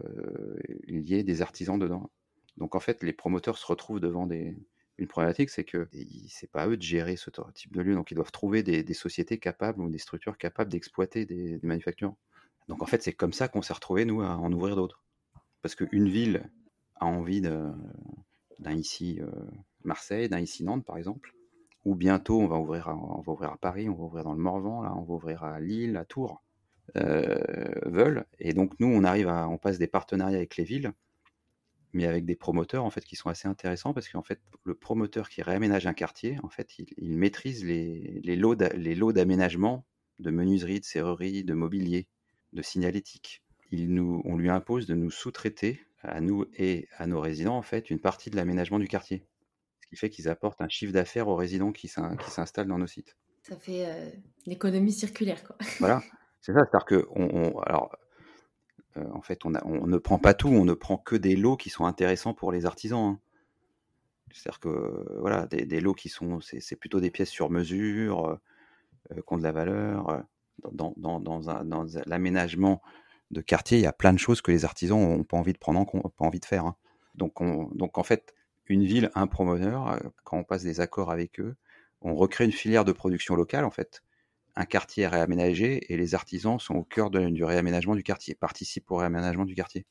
il y ait des artisans dedans. Donc en fait, les promoteurs se retrouvent devant des, une problématique, c'est que c'est pas à eux de gérer ce type de lieu, donc ils doivent trouver des, des sociétés capables ou des structures capables d'exploiter des, des manufactures. Donc en fait, c'est comme ça qu'on s'est retrouvés, nous, à en ouvrir d'autres. Parce qu'une ville a envie de, d'un ici euh, Marseille, d'un ici Nantes, par exemple, ou bientôt on va, ouvrir à, on va ouvrir à Paris, on va ouvrir dans le Morvan, là, on va ouvrir à Lille, à Tours, euh, veulent. Et donc nous, on arrive à, on passe des partenariats avec les villes, mais avec des promoteurs en fait qui sont assez intéressants parce qu'en fait le promoteur qui réaménage un quartier, en fait, il, il maîtrise les, les lots les lots d'aménagement, de menuiserie, de serrurerie, de mobilier, de signalétique. Il nous, on lui impose de nous sous-traiter à nous et à nos résidents en fait une partie de l'aménagement du quartier, ce qui fait qu'ils apportent un chiffre d'affaires aux résidents qui, qui s'installent dans nos sites. Ça fait euh, l'économie circulaire, quoi. Voilà, c'est ça, c'est-à-dire que on, on, alors Euh, en fait, on, a, on ne prend pas tout, on ne prend que des lots qui sont intéressants pour les artisans. Hein. C'est-à-dire que euh, voilà, des, des lots qui sont, c'est, c'est plutôt des pièces sur mesure, euh, qui ont de la valeur. Euh, dans, dans, dans, un, dans l'aménagement de quartier, il y a plein de choses que les artisans n'ont pas envie de prendre en compte, pas envie de faire. Hein. Donc, on, donc en fait, une ville, un promoteur, euh, quand on passe des accords avec eux, on recrée une filière de production locale en fait. Un quartier est réaménagé et les artisans sont au cœur de, du réaménagement du quartier, participent au réaménagement du quartier.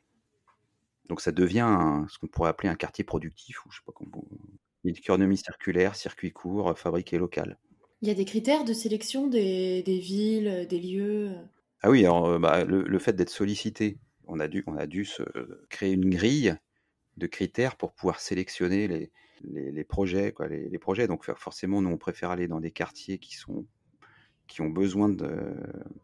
Donc ça devient un, ce qu'on pourrait appeler un quartier productif, ou je sais pas comment. Une économie circulaire, circuit court, fabriqué local. Il y a des critères de sélection des, des villes, des lieux. Ah oui, alors euh, bah, le, le fait d'être sollicité, on a dû, on a dû se créer une grille de critères pour pouvoir sélectionner les, les, les projets, quoi, les, les projets. Donc forcément, nous on préfère aller dans des quartiers qui sont qui ont besoin de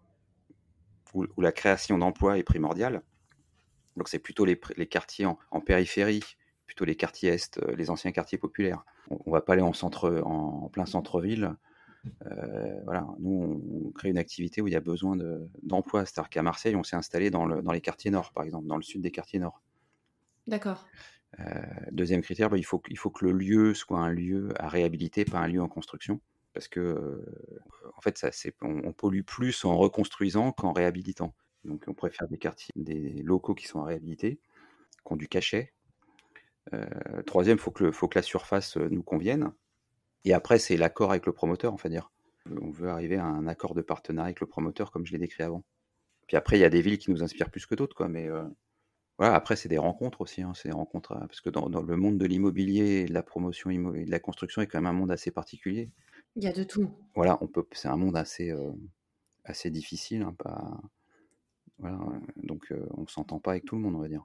où, où la création d'emplois est primordiale. Donc c'est plutôt les, les quartiers en, en périphérie, plutôt les quartiers est, les anciens quartiers populaires. On, on va pas aller en centre, en, en plein centre-ville. Euh, voilà, nous on crée une activité où il y a besoin de, d'emploi. C'est-à-dire qu'à Marseille, on s'est installé dans, le, dans les quartiers nord, par exemple, dans le sud des quartiers nord. D'accord. Euh, deuxième critère, bah, il, faut, il faut que le lieu soit un lieu à réhabiliter, pas un lieu en construction. Parce que, euh, en fait, ça, c'est, on, on pollue plus en reconstruisant qu'en réhabilitant. Donc, on préfère des quartiers, des locaux qui sont à réhabiliter, qui ont du cachet. Euh, troisième, il faut que, le, faut que la surface nous convienne. Et après, c'est l'accord avec le promoteur, on va dire. On veut arriver à un accord de partenariat avec le promoteur, comme je l'ai décrit avant. Puis après, il y a des villes qui nous inspirent plus que d'autres, quoi. Mais euh, voilà, après, c'est des rencontres aussi. Hein, c'est des rencontres, euh, parce que dans, dans, le monde de l'immobilier et de la promotion immo- et de la construction est quand même un monde assez particulier. Il y a de tout. Voilà, on peut, c'est un monde assez, euh, assez difficile. Hein, pas, voilà, donc, euh, on ne s'entend pas avec tout le monde, on va dire.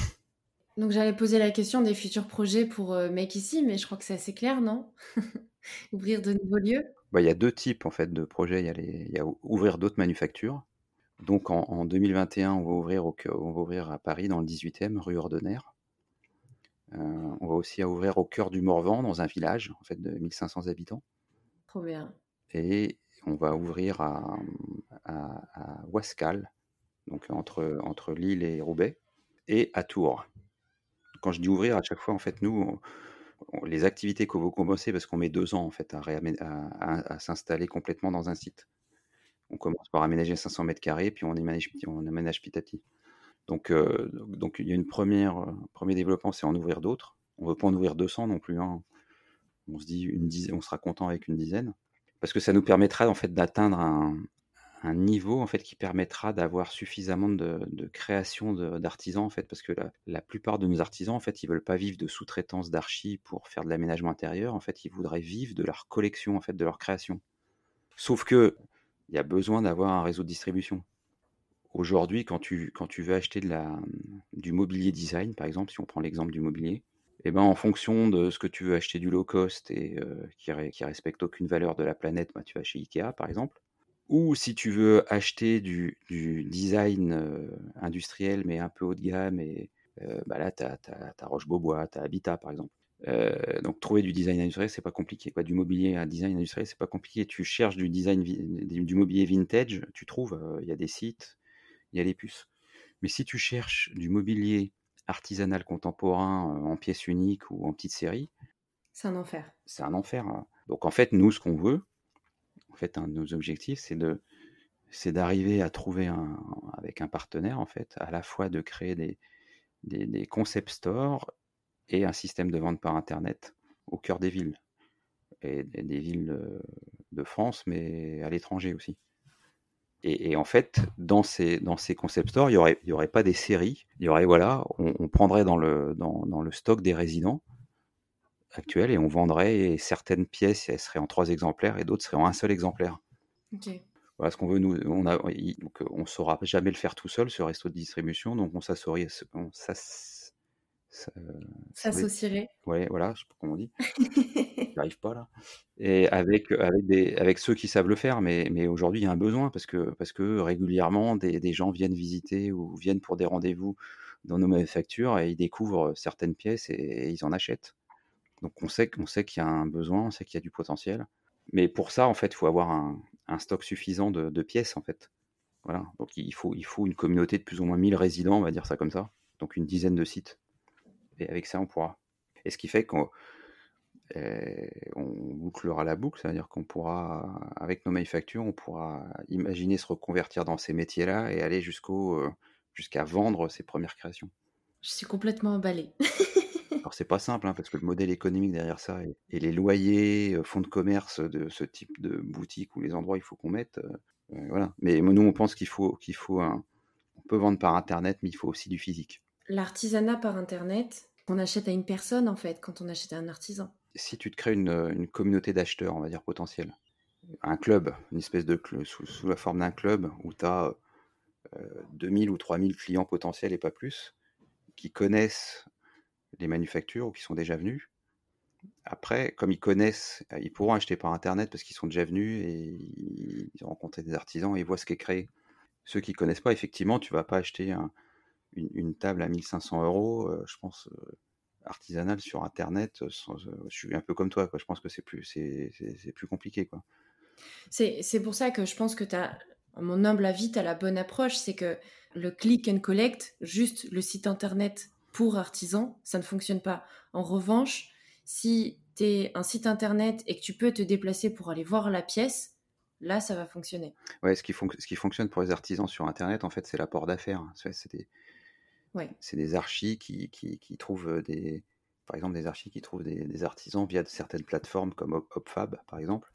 Donc j'allais poser la question des futurs projets pour euh, Make Ici, mais je crois que c'est assez clair, non? Ouvrir de nouveaux lieux? Bah, il y a deux types en fait de projets. Il y a, les, il y a ouvrir d'autres manufactures. Donc en, en deux mille vingt et un, on va ouvrir, au, on va ouvrir à Paris, dans le dix-huitième, rue Ordener. Euh, on va aussi ouvrir au cœur du Morvan, dans un village en fait, de mille cinq cents habitants. Trop bien. Et on va ouvrir à, à, à Ouascal, donc entre, entre Lille et Roubaix, et à Tours. Quand je dis ouvrir, à chaque fois, en fait, nous, on, on, les activités qu'on va commencer, parce qu'on met deux ans en fait, à, à, à, à s'installer complètement dans un site. On commence par aménager cinq cents mètres carrés, puis on aménage, on aménage petit à petit. Donc, euh, donc il y a une première, euh, premier développement, c'est en ouvrir d'autres. On ne veut pas en ouvrir deux cents non plus. Hein. On se dit une dizaine, on sera content avec une dizaine, parce que ça nous permettra en fait d'atteindre un, un niveau en fait qui permettra d'avoir suffisamment de, de création de, d'artisans en fait, parce que la, la plupart de nos artisans en fait, ils veulent pas vivre de sous-traitance d'archi pour faire de l'aménagement intérieur. En fait, ils voudraient vivre de leur collection en fait, de leur création. Sauf que il y a besoin d'avoir un réseau de distribution. Aujourd'hui, quand tu, quand tu veux acheter de la, du mobilier design, par exemple, si on prend l'exemple du mobilier, eh ben, en fonction de ce que tu veux acheter du low cost et euh, qui, qui respecte aucune valeur de la planète, bah, tu vas chez Ikea, par exemple. Ou si tu veux acheter du, du design euh, industriel, mais un peu haut de gamme, et euh, bah là, tu as Roche-Beaubois, tu as Habitat, par exemple. Euh, donc, trouver du design industriel, c'est pas compliqué, quoi. Du mobilier à design industriel, c'est pas compliqué. Tu cherches du design, vi- du mobilier vintage, tu trouves, il y a des sites, il y a les puces. Mais si tu cherches du mobilier artisanal contemporain euh, en pièces uniques ou en petite série, C'est un enfer. c'est un enfer, hein. Donc, en fait, nous, ce qu'on veut, en fait, un de nos objectifs, c'est de c'est d'arriver à trouver un, avec un partenaire, en fait, à la fois de créer des, des, des concept stores et un système de vente par Internet au cœur des villes, et des, des villes de, de France, mais à l'étranger aussi. Et, et en fait, dans ces, dans ces concept stores, il n'y aurait, il y aurait pas des séries, il y aurait, voilà, on, on prendrait dans le, dans, dans le stock des résidents actuels et on vendrait, et certaines pièces, elles seraient en trois exemplaires et d'autres seraient en un seul exemplaire. Ok. Voilà ce qu'on veut, nous, on a, donc on saura jamais le faire tout seul, ce resto de distribution, donc on s'associe, on s'ass- ça- Ça ça- saucirait. ouais, voilà, je sais pas comment on dit, j'arrive pas là. Et avec, avec, des, avec ceux qui savent le faire, mais, mais aujourd'hui il y a un besoin parce que, parce que régulièrement des, des gens viennent visiter ou viennent pour des rendez-vous dans nos manufactures et ils découvrent certaines pièces et, et ils en achètent. Donc on sait, qu'on sait qu'il y a un besoin, on sait qu'il y a du potentiel. Mais pour ça, en fait, il faut avoir un, un stock suffisant de, de pièces, en fait. Voilà, donc il faut, il faut une communauté de plus ou moins mille résidents, on va dire ça comme ça, donc une dizaine de sites. Et avec ça, on pourra. Et ce qui fait qu'on euh, on bouclera la boucle, c'est-à-dire qu'on pourra, avec nos manufactures, on pourra imaginer se reconvertir dans ces métiers-là et aller jusqu'au, euh, jusqu'à vendre ses premières créations. Je suis complètement emballée. Alors c'est pas simple, hein, parce que le modèle économique derrière ça et, et les loyers, euh, fonds de commerce de ce type de boutique ou les endroits il faut qu'on mette, euh, euh, voilà. Mais nous on pense qu'il faut, qu'il faut un, on peut vendre par internet, mais il faut aussi du physique. L'artisanat par Internet, on achète à une personne en fait quand on achète à un artisan. Si tu te crées une, une communauté d'acheteurs, on va dire potentiels, un club, une espèce de club, sous, sous la forme d'un club où tu as euh, deux mille ou trois mille clients potentiels et pas plus, qui connaissent les manufactures ou qui sont déjà venus. Après, comme ils connaissent, euh, ils pourront acheter par internet parce qu'ils sont déjà venus et ils ont rencontré des artisans et ils voient ce qui est créé. Ceux qui connaissent pas, effectivement, tu vas pas acheter un- une, une table à mille cinq cents euros, euh, je pense, euh, artisanale sur internet. euh, sans- euh, je suis un peu comme toi, quoi. Je pense que c'est plus, c'est, c'est- c'est plus compliqué, quoi. C'est, c'est pour ça que je pense que tu as, à mon humble avis, tu as la bonne approche. C'est que le click and collect, juste le site internet pour artisans, ça ne fonctionne pas. En revanche, si tu es un site internet et que tu peux te déplacer pour aller voir la pièce, là, ça va fonctionner. Ouais, ce qui, fonc- ce qui fonctionne pour les artisans sur internet, en fait, c'est l'apport d'affaires. C'est c'est des, Ouais. c'est des archis qui, qui, qui trouvent des, par exemple, des archis qui trouvent des, des artisans via de certaines plateformes comme Hop- Hopfab, par exemple.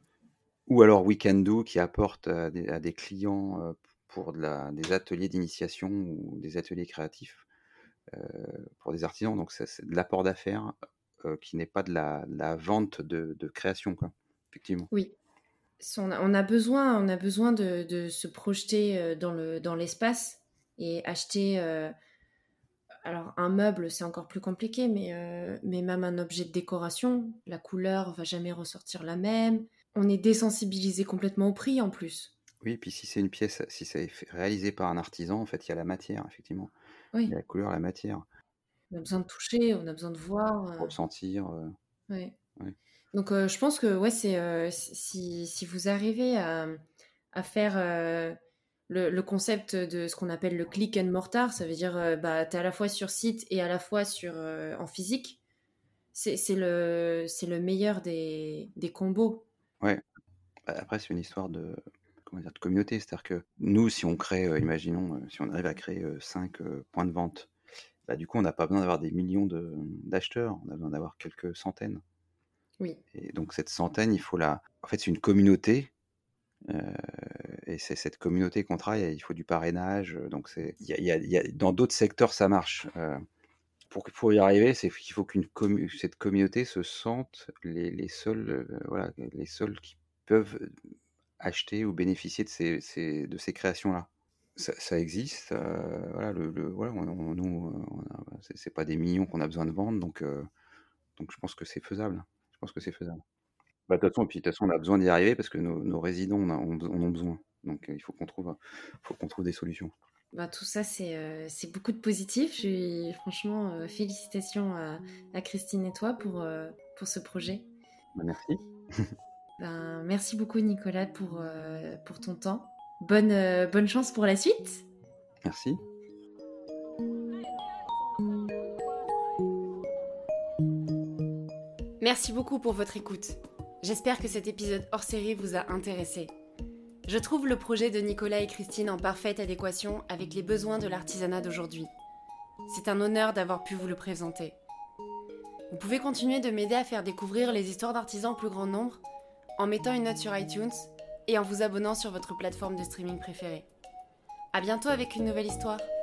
Ou alors Weekendo qui apporte à des, à des clients euh, pour de la, des ateliers d'initiation ou des ateliers créatifs euh, pour des artisans. Donc ça, c'est de l'apport d'affaires euh, qui n'est pas de la, de la vente de, de création, quoi. Effectivement. Oui. On a, on a besoin, on a besoin de, de se projeter euh, dans le, dans l'espace et acheter. euh, alors, un meuble, c'est encore plus compliqué, mais, euh, mais même un objet de décoration, la couleur va jamais ressortir la même. On est désensibilisé complètement au prix en plus. Oui, puis si c'est une pièce, si c'est fait- réalisé par un artisan, en fait, il y a la matière, effectivement. Il y a Oui, la couleur, la matière. on a besoin de toucher, on a besoin de voir. euh, Ressentir. euh, ouais. ouais. Donc, euh, je pense que ouais, c'est euh, si, si vous arrivez à, à faire euh, le, le concept de ce qu'on appelle le click and mortar, ça veut dire euh, bah, tu es à la fois sur site et à la fois sur, euh, en physique. C'est c'est le, c'est le meilleur des, des combos. Ouais. Après, c'est une histoire de, comment dire, de communauté. C'est-à-dire que nous, si on crée, euh, imaginons, euh, si on arrive à créer euh, cinq points de vente, bah, du coup, on n'a pas besoin d'avoir des millions de- d'acheteurs, on a besoin d'avoir quelques centaines. Oui, Et donc, cette centaine, il faut la. En fait, c'est une communauté. euh, et c'est cette communauté qu'on travaille, il faut du parrainage. euh, Donc, c'est, il y a- il y a- il y a- dans d'autres secteurs, ça marche. Euh, pour, pour y arriver, c'est qu'il faut qu'une commu- cette communauté se sente les, les seuls, euh, voilà, les seuls qui peuvent acheter ou bénéficier de ces, ces- de ces créations-là. Ça, ça existe, euh, voilà, le, le- voilà, on, on- nous, euh, on a- c'est c'est pas des millions qu'on a besoin de vendre, donc, euh, donc je pense que c'est faisable. Je pense que c'est faisable. Bah, de toute façon, et puis de toute façon, on a besoin d'y arriver parce que nos, nos résidents en ont, en ont besoin. Donc, euh, il faut qu'on trouve, faut qu'on trouve des solutions. Bah, tout ça, c'est euh, c'est beaucoup de positif. Je suis, franchement, euh, félicitations à, à Christine et toi pour, euh, pour ce projet. Bah, merci. Ben, merci beaucoup, Nicolas, pour, euh, pour ton temps. Bonne, euh, bonne chance pour la suite. Merci. Merci beaucoup pour votre écoute. J'espère que cet épisode hors série vous a intéressé. Je trouve le projet de Nicolas et Christine en parfaite adéquation avec les besoins de l'artisanat d'aujourd'hui. C'est un honneur d'avoir pu vous le présenter. Vous pouvez continuer de m'aider à faire découvrir les histoires d'artisans au plus grand nombre en mettant une note sur iTunes et en vous abonnant sur votre plateforme de streaming préférée. À bientôt avec une nouvelle histoire.